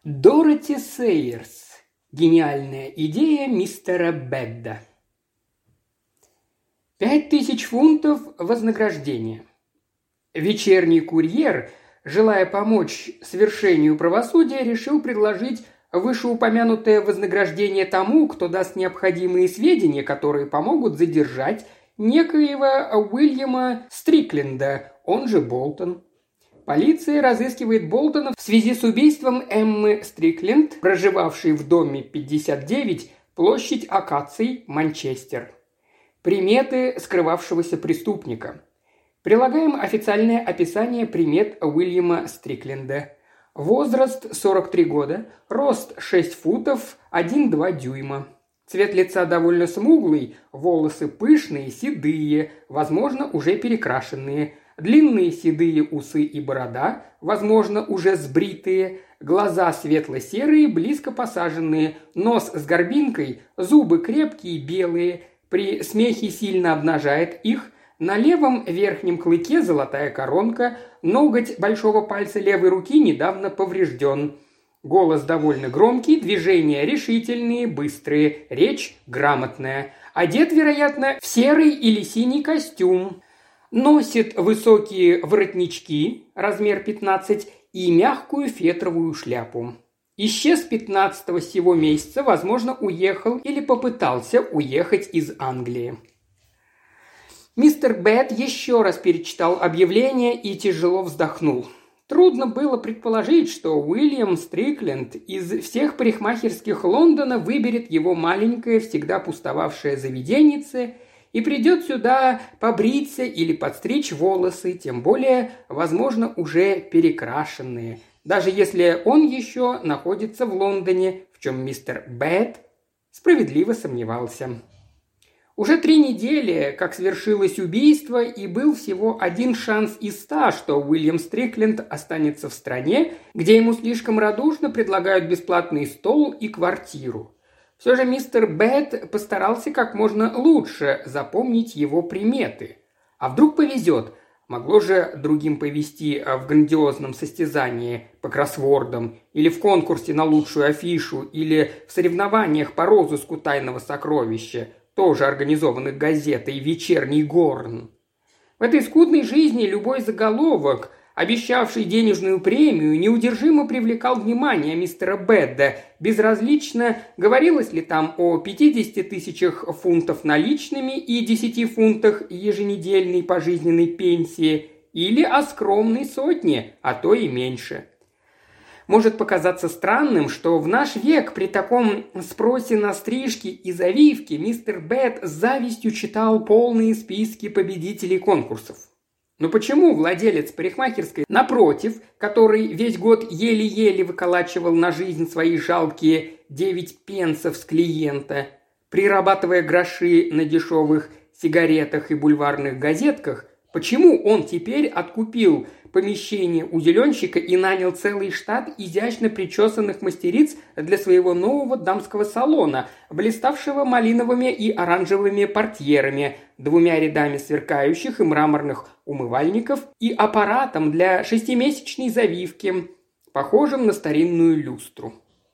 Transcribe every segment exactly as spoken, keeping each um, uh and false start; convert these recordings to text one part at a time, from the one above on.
Дороти Сейерс. Гениальная идея мистера Бэдда. Пять тысяч фунтов вознаграждения. Вечерний курьер, желая помочь свершению правосудия, решил предложить вышеупомянутое вознаграждение тому, кто даст необходимые сведения, которые помогут задержать некоего Уильяма Стрикленда, он же Болтон. Полиция разыскивает Болтона в связи с убийством Эммы Стрикленд, проживавшей в доме пятьдесят девять, площадь Акаций, Манчестер. Приметы скрывавшегося преступника. Прилагаем официальное описание примет Уильяма Стрикленда. Возраст сорок три года, рост шесть футов один-два дюйма. Цвет лица довольно смуглый, волосы пышные, седые, возможно, уже перекрашенные. Длинные седые усы и борода, возможно, уже сбритые, глаза светло-серые, близко посаженные, нос с горбинкой, зубы крепкие, белые, при смехе сильно обнажает их, на левом верхнем клыке золотая коронка, ноготь большого пальца левой руки недавно поврежден. Голос довольно громкий, движения решительные, быстрые, речь грамотная. Одет, вероятно, в серый или синий костюм. Носит высокие воротнички, размер пятнадцать, и мягкую фетровую шляпу. Исчез пятнадцатого сего месяца, возможно, уехал или попытался уехать из Англии. Мистер Бэд еще раз перечитал объявление и тяжело вздохнул. Трудно было предположить, что Уильям Стрикленд из всех парикмахерских Лондона выберет его маленькое, всегда пустовавшее заведенице и придет сюда побриться или подстричь волосы, тем более, возможно, уже перекрашенные, даже если он еще находится в Лондоне, в чем мистер Бэд справедливо сомневался. Уже три недели, как свершилось убийство, и был всего один шанс из ста, что Уильям Стрикленд останется в стране, где ему слишком радушно предлагают бесплатный стол и квартиру. Все же мистер Бэд постарался как можно лучше запомнить его приметы. А вдруг повезет? Могло же другим повезти в грандиозном состязании по кроссвордам, или в конкурсе на лучшую афишу, или в соревнованиях по розыску тайного сокровища, тоже организованных газетой «Вечерний Горн». В этой скудной жизни любой заголовок, обещавший денежную премию, неудержимо привлекал внимание мистера Бэдда. Безразлично, говорилось ли там о пятидесяти тысячах фунтов наличными и десяти фунтах еженедельной пожизненной пенсии, или о скромной сотне, а то и меньше. Может показаться странным, что в наш век при таком спросе на стрижки и завивки мистер Бэд с завистью читал полные списки победителей конкурсов. Но почему владелец парикмахерской, напротив, который весь год еле-еле выколачивал на жизнь свои жалкие девять пенсов с клиента, прирабатывая гроши на дешевых сигаретах и бульварных газетках, почему он теперь откупил помещение у зеленщика и нанял целый штат изящно причесанных мастериц для своего нового дамского салона, блиставшего малиновыми и оранжевыми портьерами, двумя рядами сверкающих и мраморных умывальников и аппаратом для шестимесячной завивки, похожим на старинную люстру?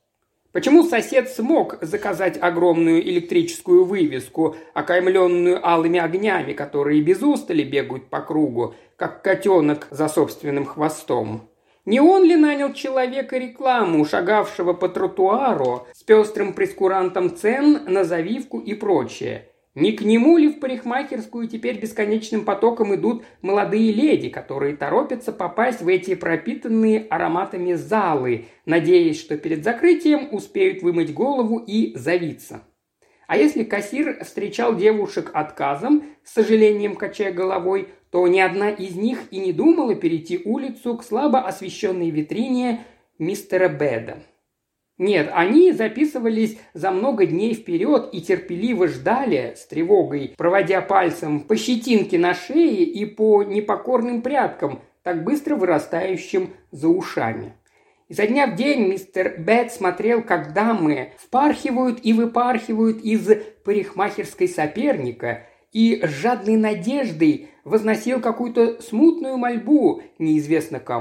Почему сосед смог заказать огромную электрическую вывеску, окаймленную алыми огнями, которые без устали бегают по кругу, как котенок за собственным хвостом? Не он ли нанял человека рекламу, шагавшего по тротуару с пестрым прескурантом цен на завивку и прочее? Не к нему ли в парикмахерскую теперь бесконечным потоком идут молодые леди, которые торопятся попасть в эти пропитанные ароматами залы, надеясь, что перед закрытием успеют вымыть голову и завиться? А если кассир встречал девушек отказом, с сожалением качая головой, то ни одна из них и не думала перейти улицу к слабо освещенной витрине мистера Бэда. Нет, они записывались за много дней вперед и терпеливо ждали с тревогой, проводя пальцем по щетинке на шее и по непокорным прядкам, так быстро вырастающим за ушами. Изо дня в день мистер Бэд смотрел, как дамы впархивают и выпархивают из парикмахерской соперника, и с жадной надеждой возносил какую-то смутную мольбу, неизвестно кому,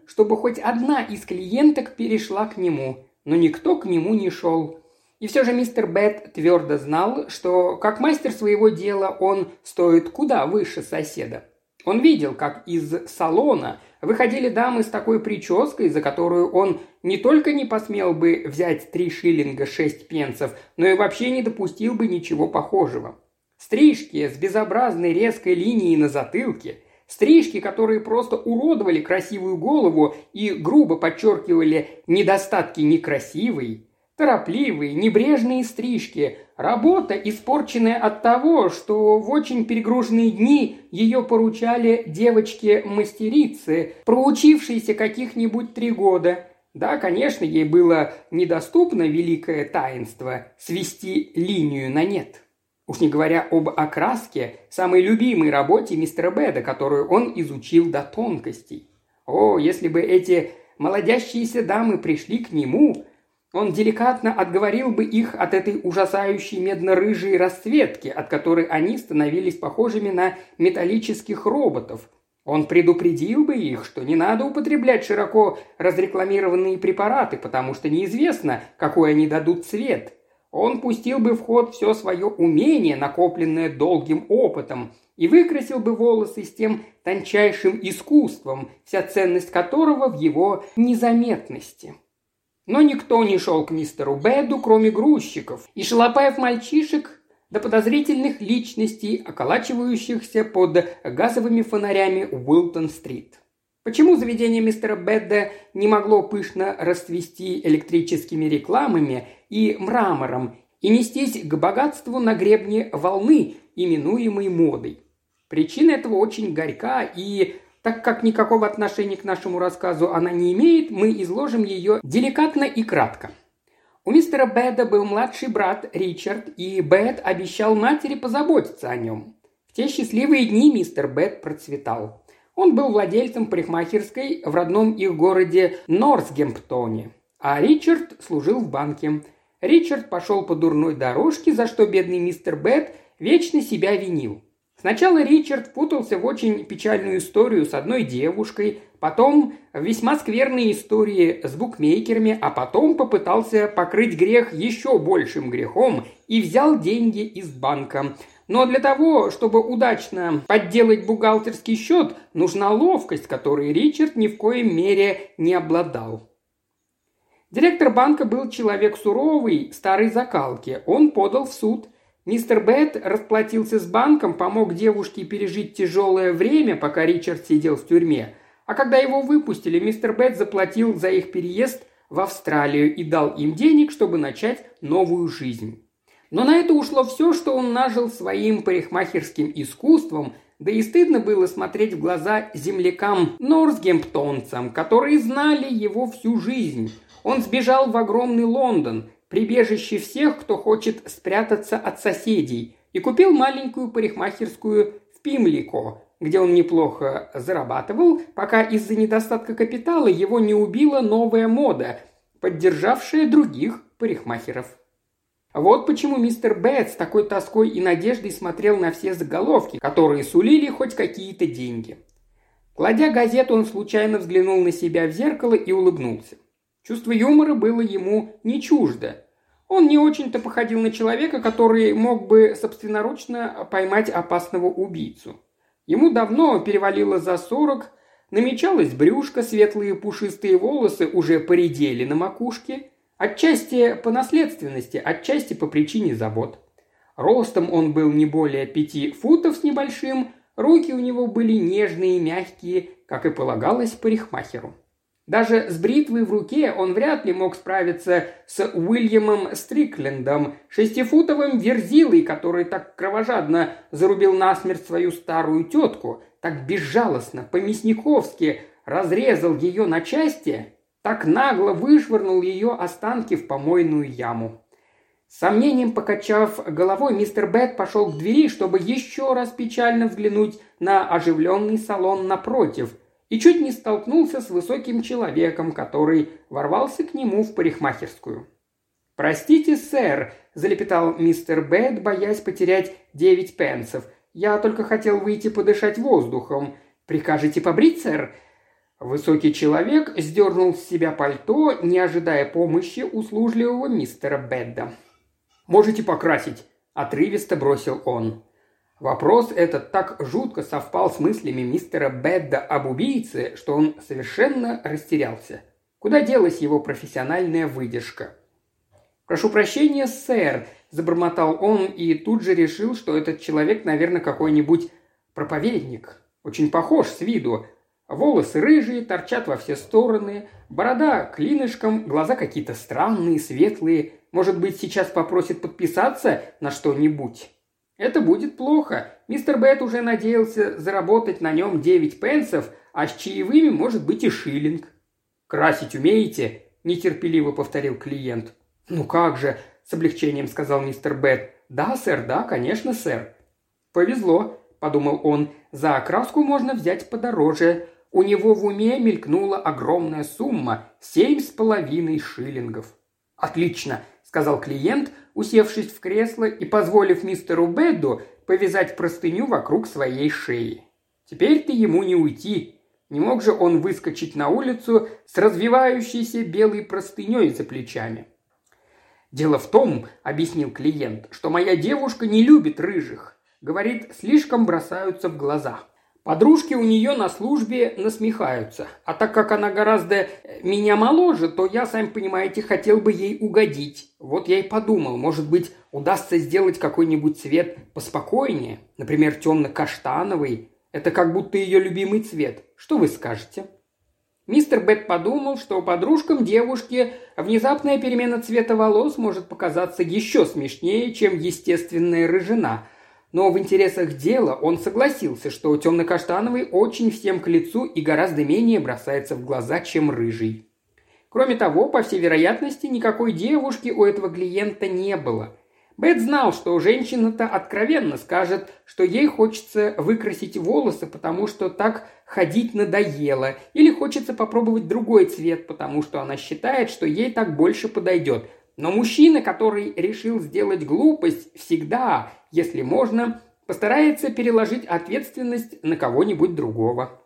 чтобы хоть одна из клиенток перешла к нему, но никто к нему не шел. И все же мистер Бэд твердо знал, что как мастер своего дела он стоит куда выше соседа. Он видел, как из салона выходили дамы с такой прической, за которую он не только не посмел бы взять три шиллинга шесть пенсов, но и вообще не допустил бы ничего похожего. Стрижки с безобразной резкой линией на затылке, стрижки, которые просто уродовали красивую голову и грубо подчеркивали недостатки некрасивой, торопливые, небрежные стрижки, работа, испорченная от того, что в очень перегруженные дни ее поручали девочке-мастерице, проучившейся каких-нибудь три года. Да, конечно, ей было недоступно великое таинство – свести линию на нет. Уж не говоря об окраске, самой любимой работе мистера Бэда, которую он изучил до тонкостей. О, если бы эти молодящиеся дамы пришли к нему, он деликатно отговорил бы их от этой ужасающей медно-рыжей расцветки, от которой они становились похожими на металлических роботов. Он предупредил бы их, что не надо употреблять широко разрекламированные препараты, потому что неизвестно, какой они дадут цвет. Он пустил бы в ход все свое умение, накопленное долгим опытом, и выкрасил бы волосы с тем тончайшим искусством, вся ценность которого в его незаметности. Но никто не шел к мистеру Бэду, кроме грузчиков и шалопаев-мальчишек до подозрительных личностей, околачивающихся под газовыми фонарями Уилтон-стрит. Почему заведение мистера Бэда не могло пышно расцвести электрическими рекламами и мрамором и нестись к богатству на гребне волны, именуемой модой? Причина этого очень горька, и так как никакого отношения к нашему рассказу она не имеет, мы изложим ее деликатно и кратко. У мистера Бэда был младший брат Ричард, и Бэд обещал матери позаботиться о нем. В те счастливые дни мистер Бэд процветал. Он был владельцем парикмахерской в родном их городе Нортсгемптоне, а Ричард служил в банке. Ричард пошел по дурной дорожке, за что бедный мистер Бэд вечно себя винил. Сначала Ричард впутался в очень печальную историю с одной девушкой, потом в весьма скверные истории с букмекерами, а потом попытался покрыть грех еще большим грехом и взял деньги из банка. Но для того, чтобы удачно подделать бухгалтерский счет, нужна ловкость, которой Ричард ни в коем мере не обладал. Директор банка был человек суровый, старой закалки. Он подал в суд. Мистер Бэд расплатился с банком, помог девушке пережить тяжелое время, пока Ричард сидел в тюрьме. А когда его выпустили, мистер Бэд заплатил за их переезд в Австралию и дал им денег, чтобы начать новую жизнь. Но на это ушло все, что он нажил своим парикмахерским искусством, да и стыдно было смотреть в глаза землякам-нортсгемптонцам, которые знали его всю жизнь. Он сбежал в огромный Лондон, прибежище всех, кто хочет спрятаться от соседей, и купил маленькую парикмахерскую в Пимлико, где он неплохо зарабатывал, пока из-за недостатка капитала его не убила новая мода, поддержавшая других парикмахеров. Вот почему мистер Бэд с такой тоской и надеждой смотрел на все заголовки, которые сулили хоть какие-то деньги. Кладя газету, он случайно взглянул на себя в зеркало и улыбнулся. Чувство юмора было ему не чуждо. Он не очень-то походил на человека, который мог бы собственноручно поймать опасного убийцу. Ему давно перевалило за сорок, намечалось брюшко, светлые пушистые волосы уже поредели на макушке, отчасти по наследственности, отчасти по причине забот. Ростом он был не более пяти футов с небольшим, руки у него были нежные и мягкие, как и полагалось парикмахеру. Даже с бритвой в руке он вряд ли мог справиться с Уильямом Стриклендом, шестифутовым верзилой, который так кровожадно зарубил насмерть свою старую тетку, так безжалостно, по-мясниковски разрезал ее на части, так нагло вышвырнул ее останки в помойную яму. С сомнением покачав головой, мистер Бэд пошел к двери, чтобы еще раз печально взглянуть на оживленный салон напротив, и чуть не столкнулся с высоким человеком, который ворвался к нему в парикмахерскую. «Простите, сэр», – залепетал мистер Бэд, боясь потерять девять пенсов. «Я только хотел выйти подышать воздухом. Прикажете побрить, сэр?» Высокий человек сдернул с себя пальто, не ожидая помощи услужливого мистера Бэдда. «Можете покрасить», – отрывисто бросил он. Вопрос этот так жутко совпал с мыслями мистера Бэдда об убийце, что он совершенно растерялся. Куда делась его профессиональная выдержка? «Прошу прощения, сэр», – забормотал он и тут же решил, что этот человек, наверное, какой-нибудь проповедник. Очень похож с виду. Волосы рыжие, торчат во все стороны, борода клинышком, глаза какие-то странные, светлые. Может быть, сейчас попросит подписаться на что-нибудь? Это будет плохо. Мистер Бэт уже надеялся заработать на нем девять пенсов, а с чаевыми может быть и шиллинг. «Красить умеете?» – нетерпеливо повторил клиент. «Ну как же», – с облегчением сказал мистер Бэт. «Да, сэр, да, конечно, сэр». «Повезло», – подумал он, – «за окраску можно взять подороже». У него в уме мелькнула огромная сумма – семь с половиной шиллингов. «Отлично», – сказал клиент, усевшись в кресло и позволив мистеру Бэдду повязать простыню вокруг своей шеи. Теперь-то ему не уйти. Не мог же он выскочить на улицу с развивающейся белой простыней за плечами. «Дело в том, – объяснил клиент, – что моя девушка не любит рыжих. Говорит, слишком бросаются в глаза. Подружки у нее на службе насмехаются. А так как она гораздо меня моложе, то я, сами понимаете, хотел бы ей угодить. Вот я и подумал, может быть, удастся сделать какой-нибудь цвет поспокойнее. Например, темно-каштановый. Это как будто ее любимый цвет. Что вы скажете?» Мистер Бэт подумал, что подружкам девушки внезапная перемена цвета волос может показаться еще смешнее, чем естественная рыжина. Но в интересах дела он согласился, что темно-каштановый очень всем к лицу и гораздо менее бросается в глаза, чем рыжий. Кроме того, по всей вероятности, никакой девушки у этого клиента не было. Бэт знал, что женщина-то откровенно скажет, что ей хочется выкрасить волосы, потому что так ходить надоело, или хочется попробовать другой цвет, потому что она считает, что ей так больше подойдет. Но мужчина, который решил сделать глупость, всегда, если можно, постарается переложить ответственность на кого-нибудь другого.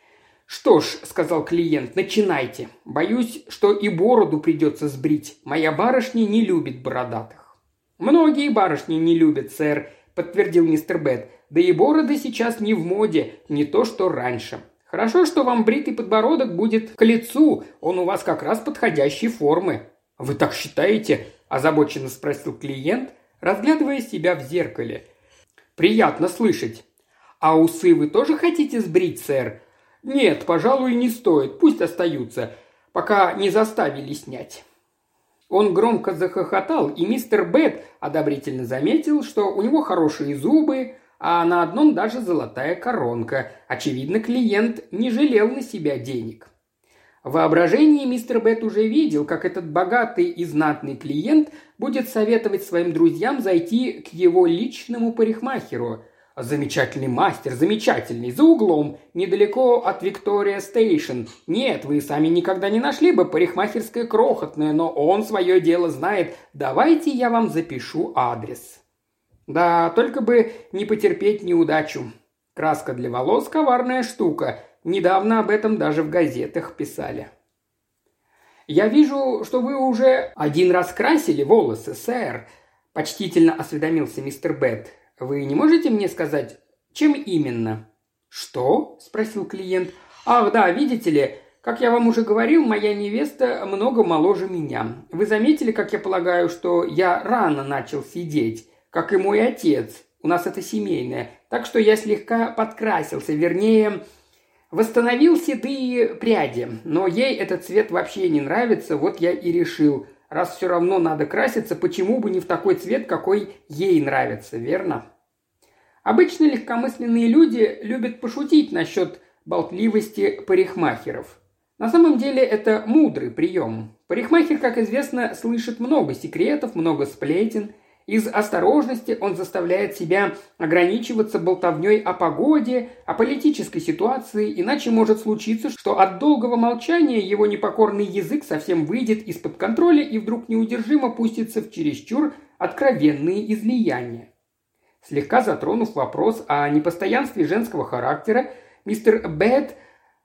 «Что ж», – сказал клиент, – «начинайте. Боюсь, что и бороду придется сбрить. Моя барышня не любит бородатых». «Многие барышни не любят, сэр», – подтвердил мистер Бэт. «Да и бороды сейчас не в моде, не то что раньше. Хорошо, что вам бритый подбородок будет к лицу, он у вас как раз подходящей формы». «Вы так считаете?» – озабоченно спросил клиент, разглядывая себя в зеркале. «Приятно слышать. А усы вы тоже хотите сбрить, сэр?» «Нет, пожалуй, не стоит, пусть остаются, пока не заставили снять». Он громко захохотал, и мистер Бэт одобрительно заметил, что у него хорошие зубы, а на одном даже золотая коронка. Очевидно, клиент не жалел на себя денег. В воображении мистер Бэт уже видел, как этот богатый и знатный клиент будет советовать своим друзьям зайти к его личному парикмахеру. «Замечательный мастер, замечательный, за углом, недалеко от Виктория Стейшн. Нет, вы сами никогда не нашли бы парикмахерское крохотное, но он свое дело знает. Давайте я вам запишу адрес». Да, только бы не потерпеть неудачу. Краска для волос – коварная штука. Недавно об этом даже в газетах писали. «Я вижу, что вы уже один раз красили волосы, сэр», – почтительно осведомился мистер Бэт. «Вы не можете мне сказать, чем именно?» «Что?» – спросил клиент. «Ах, да, видите ли, как я вам уже говорил, моя невеста много моложе меня. Вы заметили, как я полагаю, что я рано начал сидеть, как и мой отец. У нас это семейное. Так что я слегка подкрасился, вернее, восстановил седые пряди. Но ей этот цвет вообще не нравится, вот я и решил, раз все равно надо краситься, почему бы не в такой цвет, какой ей нравится, верно?» Обычно легкомысленные люди любят пошутить насчет болтливости парикмахеров. На самом деле это мудрый прием. Парикмахер, как известно, слышит много секретов, много сплетен. Из осторожности он заставляет себя ограничиваться болтовней о погоде, о политической ситуации, иначе может случиться, что от долгого молчания его непокорный язык совсем выйдет из-под контроля и вдруг неудержимо пустится в чересчур откровенные излияния. Слегка затронув вопрос о непостоянстве женского характера, мистер Бэт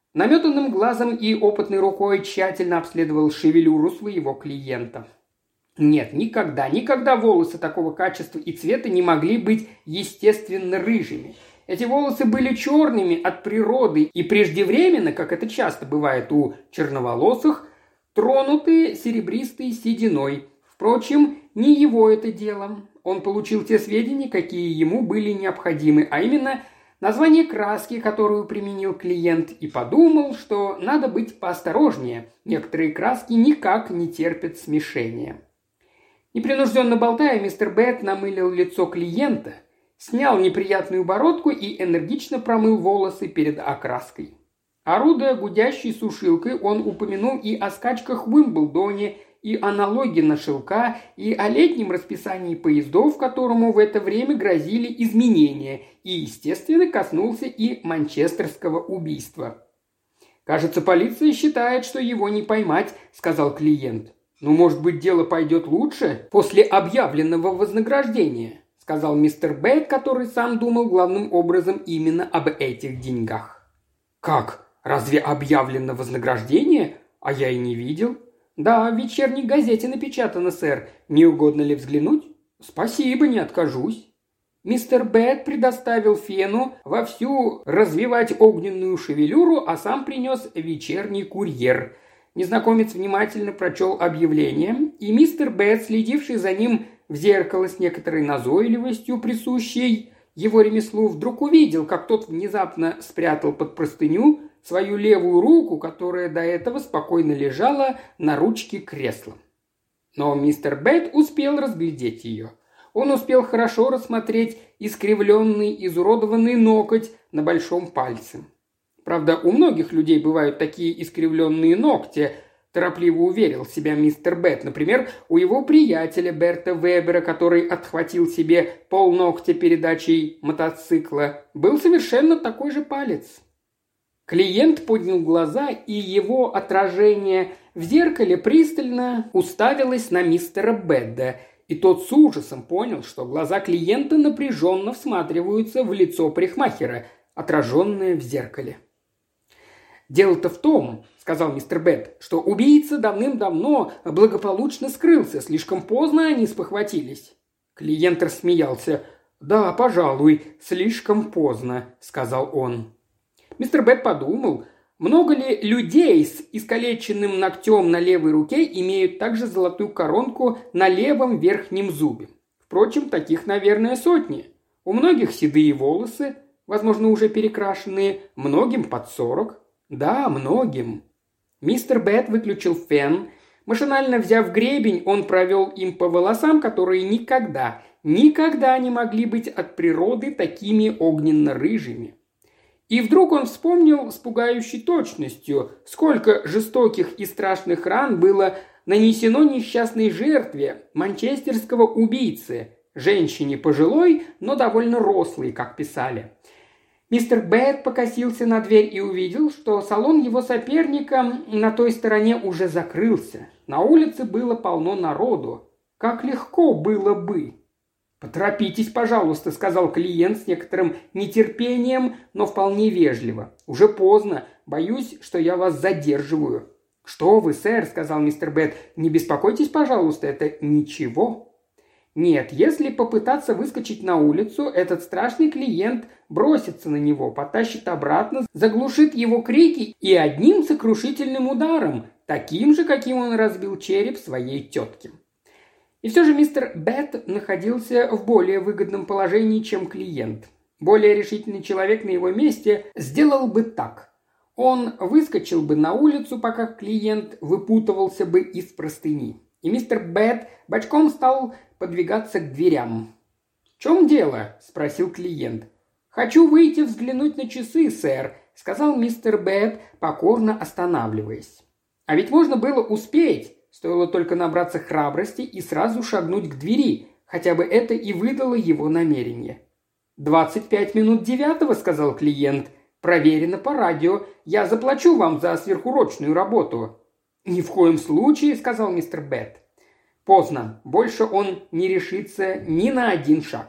Наметанным глазом и опытной рукой тщательно обследовал шевелюру своего клиента. Нет, никогда, никогда волосы такого качества и цвета не могли быть естественно рыжими. Эти волосы были черными от природы и преждевременно, как это часто бывает у черноволосых, тронутые серебристой сединой. Впрочем, не его это дело. Он получил те сведения, какие ему были необходимы, а именно название краски, которую применил клиент, и подумал, что надо быть поосторожнее. Некоторые краски никак не терпят смешения. Непринужденно болтая, мистер Бэт намылил лицо клиента, снял неприятную бородку и энергично промыл волосы перед окраской. Орудуя гудящей сушилкой, он упомянул и о скачках в Уимблдоне, и о налоге на шелка, и о летнем расписании поездов, которому в это время грозили изменения, и, естественно, коснулся и манчестерского убийства. «Кажется, полиция считает, что его не поймать», – сказал клиент. «Ну, может быть, дело пойдет лучше после объявленного вознаграждения», – сказал мистер Бэт, который сам думал главным образом именно об этих деньгах. «Как? Разве объявлено вознаграждение? А я и не видел». «Да, в вечерней газете напечатано, сэр. Не угодно ли взглянуть?» «Спасибо, не откажусь». Мистер Бэт предоставил Фену вовсю развивать огненную шевелюру, а сам принес вечерний курьер. Незнакомец внимательно прочел объявление, и мистер Бэт, следивший за ним в зеркало с некоторой назойливостью, присущей его ремеслу, вдруг увидел, как тот внезапно спрятал под простыню свою левую руку, которая до этого спокойно лежала на ручке кресла. Но мистер Бэт успел разглядеть ее. Он успел хорошо рассмотреть искривленный, изуродованный ноготь на большом пальце. Правда, у многих людей бывают такие искривленные ногти, торопливо уверил себя мистер Бэт. Например, у его приятеля Берта Вебера, который отхватил себе полногтя передачей мотоцикла, был совершенно такой же палец. Клиент поднял глаза, и его отражение в зеркале пристально уставилось на мистера Бэда, и тот с ужасом понял, что глаза клиента напряженно всматриваются в лицо парикмахера, отраженное в зеркале. «Дело-то в том, — сказал мистер Бэт, — что убийца давным-давно благополучно скрылся, слишком поздно они спохватились». Клиент рассмеялся. «Да, пожалуй, слишком поздно», — сказал он. Мистер Бэт подумал, много ли людей с искалеченным ногтем на левой руке имеют также золотую коронку на левом верхнем зубе. Впрочем, таких, наверное, сотни. У многих седые волосы, возможно, уже перекрашенные, многим под сорок. Да, многим. Мистер Бэт выключил фен. Машинально взяв гребень, он провел им по волосам, которые никогда, никогда не могли быть от природы такими огненно-рыжими. И вдруг он вспомнил с пугающей точностью, сколько жестоких и страшных ран было нанесено несчастной жертве манчестерского убийцы, женщине пожилой, но довольно рослой, как писали. Мистер Бэт покосился на дверь и увидел, что салон его соперника на той стороне уже закрылся. На улице было полно народу. Как легко было бы! «Поторопитесь, пожалуйста», — сказал клиент с некоторым нетерпением, но вполне вежливо. «Уже поздно. Боюсь, что я вас задерживаю». «Что вы, сэр», — сказал мистер Бэт, — «не беспокойтесь, пожалуйста, это ничего». Нет, если попытаться выскочить на улицу, этот страшный клиент бросится на него, потащит обратно, заглушит его крики и одним сокрушительным ударом, таким же, каким он разбил череп своей тетки. И все же мистер Бэт находился в более выгодном положении, чем клиент. Более решительный человек на его месте сделал бы так. Он выскочил бы на улицу, пока клиент выпутывался бы из простыни. И мистер Бэт бочком стал подвигаться к дверям. «В чем дело?» – спросил клиент. «Хочу выйти взглянуть на часы, сэр», – сказал мистер Бэт, покорно останавливаясь. А ведь можно было успеть. Стоило только набраться храбрости и сразу шагнуть к двери, хотя бы это и выдало его намерение. «Двадцать пять минут девятого», — сказал клиент. «Проверено по радио. Я заплачу вам за сверхурочную работу». «Ни в коем случае», — сказал мистер Бэт. Поздно. Больше он не решится ни на один шаг.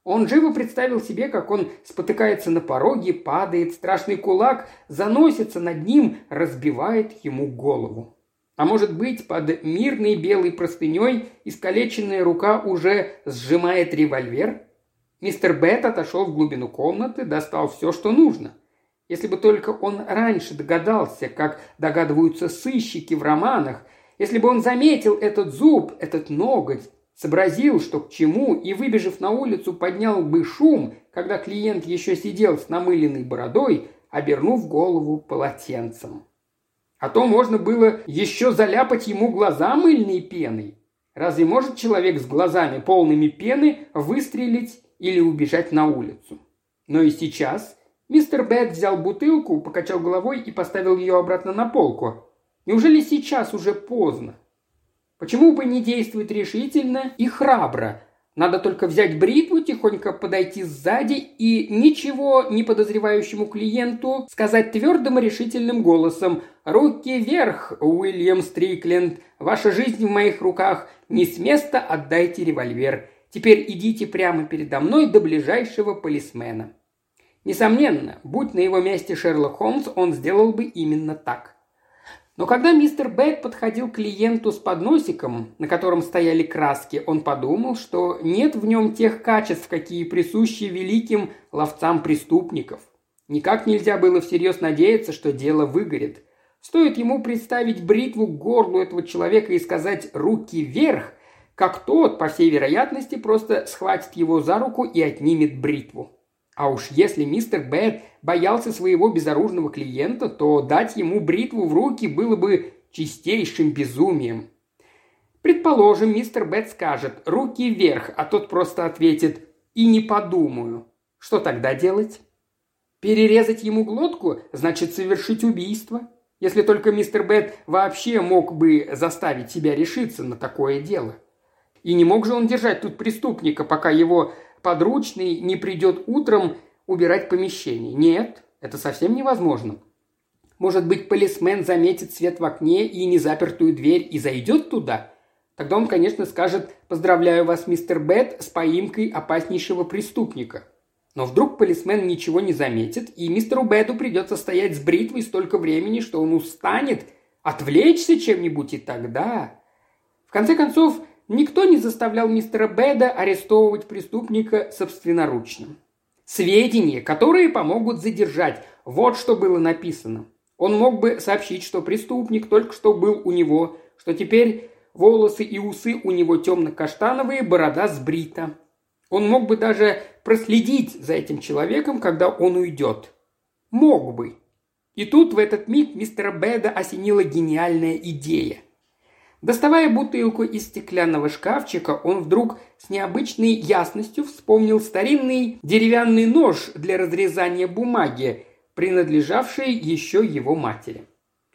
Он живо представил себе, как он спотыкается на пороге, падает, страшный кулак заносится над ним, разбивает ему голову. А может быть, под мирной белой простыней искалеченная рука уже сжимает револьвер? Мистер Бэт отошел в глубину комнаты, достал все, что нужно. Если бы только он раньше догадался, как догадываются сыщики в романах, если бы он заметил этот зуб, этот ноготь, сообразил, что к чему, и, выбежав на улицу, поднял бы шум, когда клиент еще сидел с намыленной бородой, обернув голову полотенцем. А то можно было еще заляпать ему глаза мыльной пеной. Разве может человек с глазами полными пены выстрелить или убежать на улицу? Но и сейчас мистер Бэт взял бутылку, покачал головой и поставил ее обратно на полку. Неужели сейчас уже поздно? Почему бы не действовать решительно и храбро? Надо только взять бритву, тихонько подойти сзади и ничего не подозревающему клиенту сказать твердым и решительным голосом: «Руки вверх, Уильям Стрикленд! Ваша жизнь в моих руках! Не с места отдайте револьвер! Теперь идите прямо передо мной до ближайшего полисмена». Несомненно, будь на его месте Шерлок Холмс, он сделал бы именно так. Но когда мистер Бэт подходил к клиенту с подносиком, на котором стояли краски, он подумал, что нет в нем тех качеств, какие присущи великим ловцам преступников. Никак нельзя было всерьез надеяться, что дело выгорит. Стоит ему представить бритву к горлу этого человека и сказать «руки вверх», как тот, по всей вероятности, просто схватит его за руку и отнимет бритву. А уж если мистер Бэт боялся своего безоружного клиента, то дать ему бритву в руки было бы чистейшим безумием. Предположим, мистер Бэт скажет «руки вверх», а тот просто ответит «и не подумаю». Что тогда делать? Перерезать ему глотку значит совершить убийство. Если только мистер Бэт вообще мог бы заставить себя решиться на такое дело. И не мог же он держать тут преступника, пока его подручный не придет утром убирать помещение. Нет, это совсем невозможно. Может быть, полисмен заметит свет в окне и незапертую дверь и зайдет туда? Тогда он, конечно, скажет «Поздравляю вас, мистер Бэт, с поимкой опаснейшего преступника». Но вдруг полисмен ничего не заметит, и мистеру Бэту придется стоять с бритвой столько времени, что он устанет отвлечься чем-нибудь, и тогда... В конце концов, никто не заставлял мистера Бэда арестовывать преступника собственноручно. Сведения, которые помогут задержать, вот что было написано. Он мог бы сообщить, что преступник только что был у него, что теперь волосы и усы у него темно-каштановые, борода сбрита. Он мог бы даже проследить за этим человеком, когда он уйдет. Мог бы. И тут в этот миг мистера Бэда осенила гениальная идея. Доставая бутылку из стеклянного шкафчика, он вдруг с необычной ясностью вспомнил старинный деревянный нож для разрезания бумаги, принадлежавший еще его матери.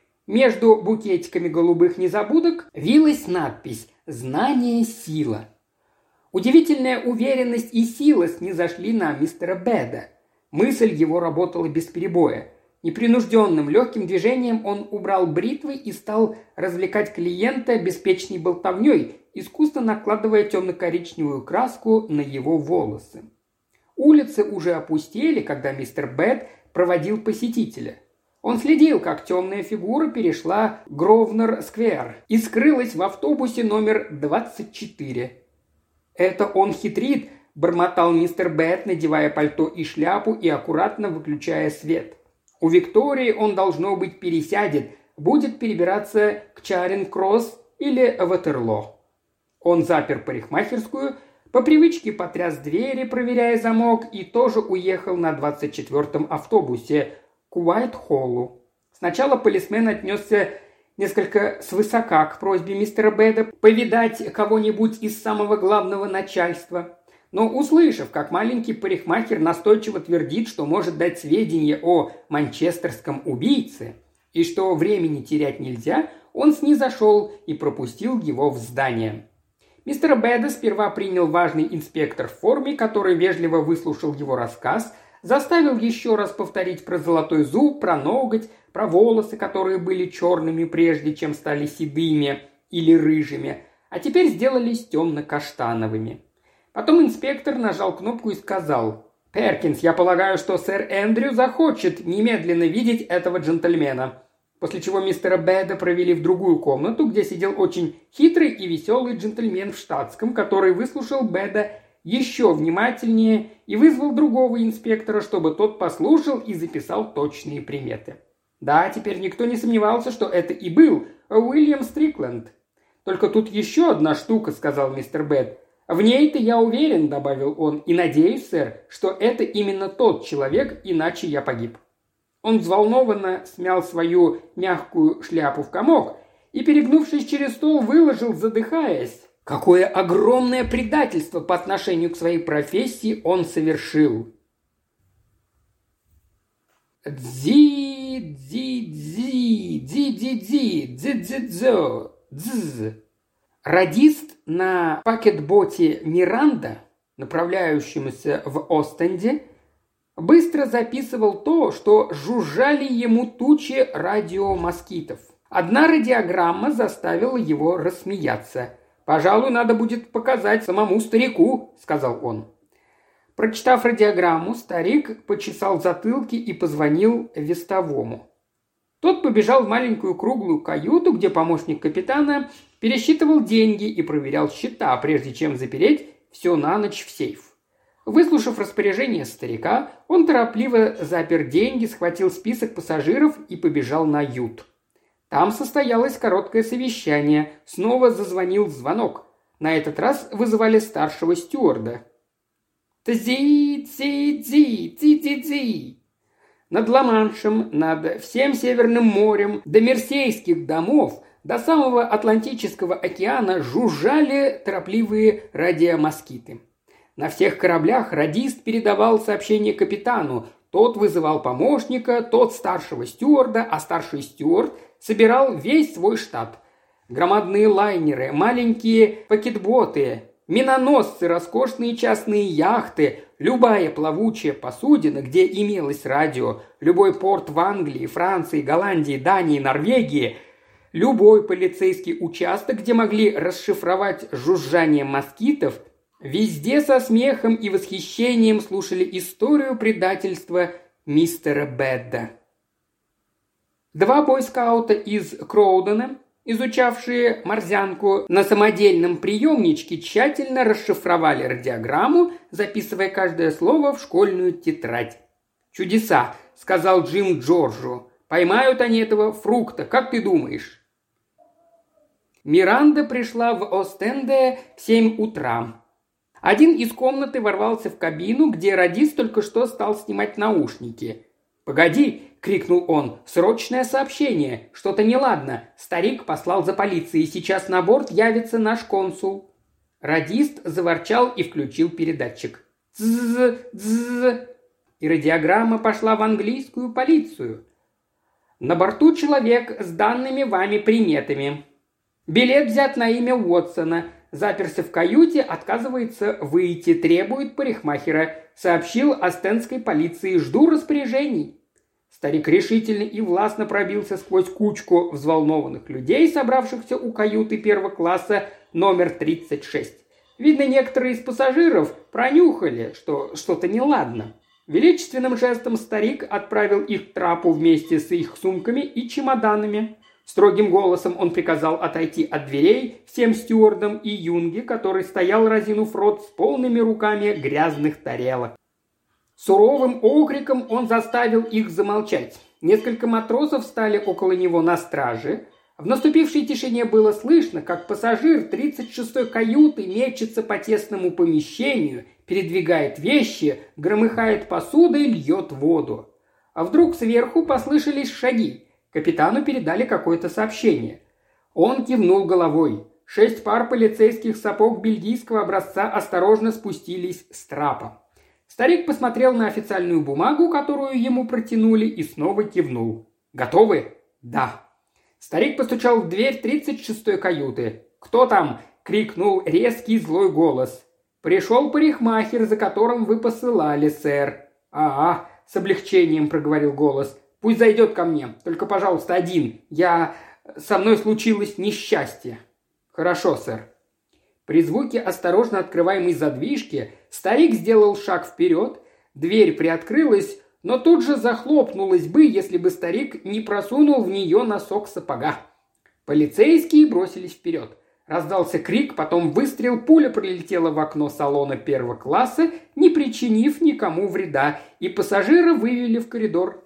Между букетиками голубых незабудок вилась надпись «Знание – сила». Удивительная уверенность и сила снизошли на мистера Бэда. Мысль его работала без перебоя. Непринужденным легким движением он убрал бритвы и стал развлекать клиента беспечной болтовней, искусно накладывая темно-коричневую краску на его волосы. Улицы уже опустели, когда мистер Бэт проводил посетителя. Он следил, как темная фигура перешла Гровнер-сквер и скрылась в автобусе номер двадцать четыре. «Это он хитрит», – бормотал мистер Бэт, надевая пальто и шляпу и аккуратно выключая свет. У Виктории он, должно быть, пересядет, будет перебираться к Чаринг-Кросс или Ватерлоо. Он запер парикмахерскую, по привычке потряс двери, проверяя замок, и тоже уехал на двадцать четвёртом автобусе к Уайт-Холлу. Сначала полисмен отнесся несколько свысока к просьбе мистера Бэда повидать кого-нибудь из самого главного начальства. Но, услышав, как маленький парикмахер настойчиво твердит, что может дать сведения о манчестерском убийце, и что времени терять нельзя, он снизошел и пропустил его в здание. Мистера Бэда сперва принял важный инспектор в форме, который вежливо выслушал его рассказ, заставил еще раз повторить про золотой зуб, про ноготь, про волосы, которые были черными, прежде чем стали седыми или рыжими, а теперь сделались темно-каштановыми. Потом инспектор нажал кнопку и сказал: «Перкинс, я полагаю, что сэр Эндрю захочет немедленно видеть этого джентльмена». После чего мистера Бэда провели в другую комнату, где сидел очень хитрый и веселый джентльмен в штатском, который выслушал Бэда еще внимательнее и вызвал другого инспектора, чтобы тот послушал и записал точные приметы. Да, теперь никто не сомневался, что это и был Уильям Стрикленд. «Только тут еще одна штука», — сказал мистер Бэд. «В ней-то я уверен», — добавил он, — «и надеюсь, сэр, что это именно тот человек, иначе я погиб». Он взволнованно смял свою мягкую шляпу в комок и, перегнувшись через стол, выложил, задыхаясь, какое огромное предательство по отношению к своей профессии он совершил. «Дзи, дзи, дзи, дзи, дзи, дзи, дзи, дзи, дзо, дз». Радист на пакетботе «Миранда», направляющемуся в Остенде, быстро записывал то, что жужжали ему тучи радиомоскитов. Одна радиограмма заставила его рассмеяться. «Пожалуй, надо будет показать самому старику», — сказал он. Прочитав радиограмму, старик почесал затылки и позвонил вестовому. Тот побежал в маленькую круглую каюту, где помощник капитана пересчитывал деньги и проверял счета, прежде чем запереть все на ночь в сейф. Выслушав распоряжение старика, он торопливо запер деньги, схватил список пассажиров и побежал на ют. Там состоялось короткое совещание. Снова зазвонил звонок. На этот раз вызывали старшего стюарда. «Тзи-тзи-тзи-тзи-тзи-тзи!» Над Ла-Маншем, над всем Северным морем, до Мерсейских домов, до самого Атлантического океана жужжали торопливые радиомоскиты. На всех кораблях радист передавал сообщение капитану. Тот вызывал помощника, тот старшего стюарда, а старший стюард собирал весь свой штат. Громадные лайнеры, маленькие пакетботы, миноносцы, роскошные частные яхты, любая плавучая посудина, где имелось радио, любой порт в Англии, Франции, Голландии, Дании, Норвегии, любой полицейский участок, где могли расшифровать жужжание москитов, везде со смехом и восхищением слушали историю предательства мистера Бэда. Два бойскаута из Кроудена, изучавшие морзянку на самодельном приемничке, тщательно расшифровали радиограмму, записывая каждое слово в школьную тетрадь. «Чудеса», — сказал Джим Джорджу. «Поймают они этого фрукта, как ты думаешь?» Миранда пришла в Остенде в семь утра. Один из комнаты ворвался в кабину, где радист только что стал снимать наушники. «Погоди!» – крикнул он. «Срочное сообщение! Что-то неладно! Старик послал за полицией, сейчас на борт явится наш консул!» Радист заворчал и включил передатчик. «Дзз! Дзз!» И радиограмма пошла в английскую полицию. «На борту человек с данными вами приметами. Билет взят на имя Уотсона. Заперся в каюте, отказывается выйти, требует парикмахера. Сообщил остенской полиции. Жду распоряжений». Старик решительно и властно пробился сквозь кучку взволнованных людей, собравшихся у каюты первого класса номер тридцать шесть. Видно, некоторые из пассажиров пронюхали, что что-то неладно. Величественным жестом старик отправил их к трапу вместе с их сумками и чемоданами. Строгим голосом он приказал отойти от дверей всем стюардам и юнге, который стоял, разинув рот, с полными руками грязных тарелок. Суровым окриком он заставил их замолчать. Несколько матросов стали около него на страже. В наступившей тишине было слышно, как пассажир тридцать шестой каюты мечется по тесному помещению, передвигает вещи, громыхает посудой, льет воду. А вдруг сверху послышались шаги. Капитану передали какое-то сообщение. Он кивнул головой. Шесть пар полицейских сапог бельгийского образца осторожно спустились с трапа. Старик посмотрел на официальную бумагу, которую ему протянули, и снова кивнул. «Готовы?» «Да». Старик постучал в дверь тридцать шестой каюты. «Кто там?» – крикнул резкий злой голос. «Пришел парикмахер, за которым вы посылали, сэр». «А-а», – с облегчением проговорил голос. «Пусть зайдет ко мне. Только, пожалуйста, один. Я... Со мной случилось несчастье». «Хорошо, сэр». При звуке осторожно открываемой задвижки старик сделал шаг вперед, дверь приоткрылась, но тут же захлопнулась бы, если бы старик не просунул в нее носок сапога. Полицейские бросились вперед. Раздался крик, потом выстрел, пуля пролетела в окно салона первого класса, не причинив никому вреда, и пассажира вывели в коридор.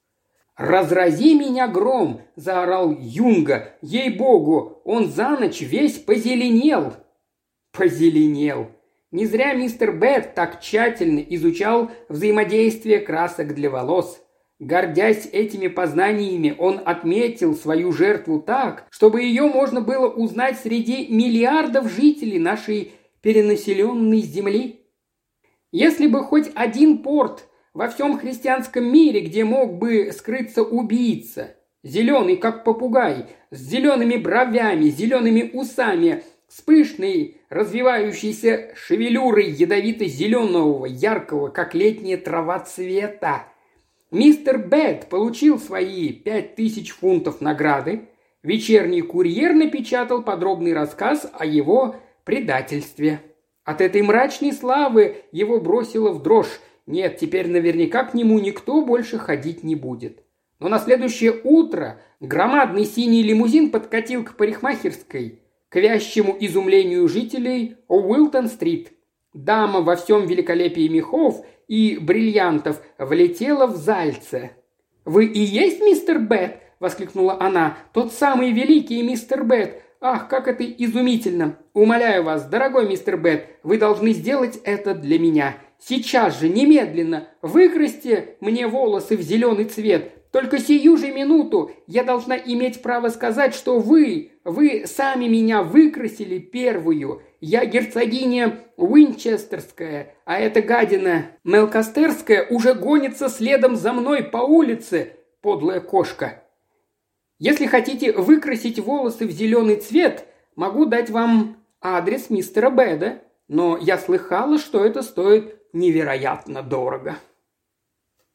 «Разрази меня гром!» – заорал Юнга. «Ей-богу, он за ночь весь позеленел!» Позеленел. Не зря мистер Бэт так тщательно изучал взаимодействие красок для волос. Гордясь этими познаниями, он отметил свою жертву так, чтобы ее можно было узнать среди миллиардов жителей нашей перенаселенной земли. Если бы хоть один порт во всем христианском мире, где мог бы скрыться убийца, зеленый, как попугай, с зелеными бровями, зелеными усами, с пышной, развивающейся шевелюрой ядовито-зеленого, яркого, как летняя трава цвета, мистер Бэт получил свои пять тысяч фунтов награды, вечерний курьер напечатал подробный рассказ о его предательстве. От этой мрачной славы его бросило в дрожь. Нет, теперь наверняка к нему никто больше ходить не будет. Но на следующее утро громадный синий лимузин подкатил к парикмахерской, к вящему изумлению жителей Уилтон-стрит. Дама во всем великолепии мехов и бриллиантов влетела в зальце. «Вы и есть мистер Бэт?» – воскликнула она. «Тот самый великий мистер Бэт! Ах, как это изумительно! Умоляю вас, дорогой мистер Бэт, вы должны сделать это для меня. Сейчас же, немедленно, выкрасьте мне волосы в зеленый цвет. Только сию же минуту я должна иметь право сказать, что вы, вы сами меня выкрасили первую. Я герцогиня Уинчестерская, а эта гадина Мелкастерская уже гонится следом за мной по улице, подлая кошка. Если хотите выкрасить волосы в зеленый цвет, могу дать вам адрес мистера Бэда, но я слыхала, что это стоит невероятно дорого».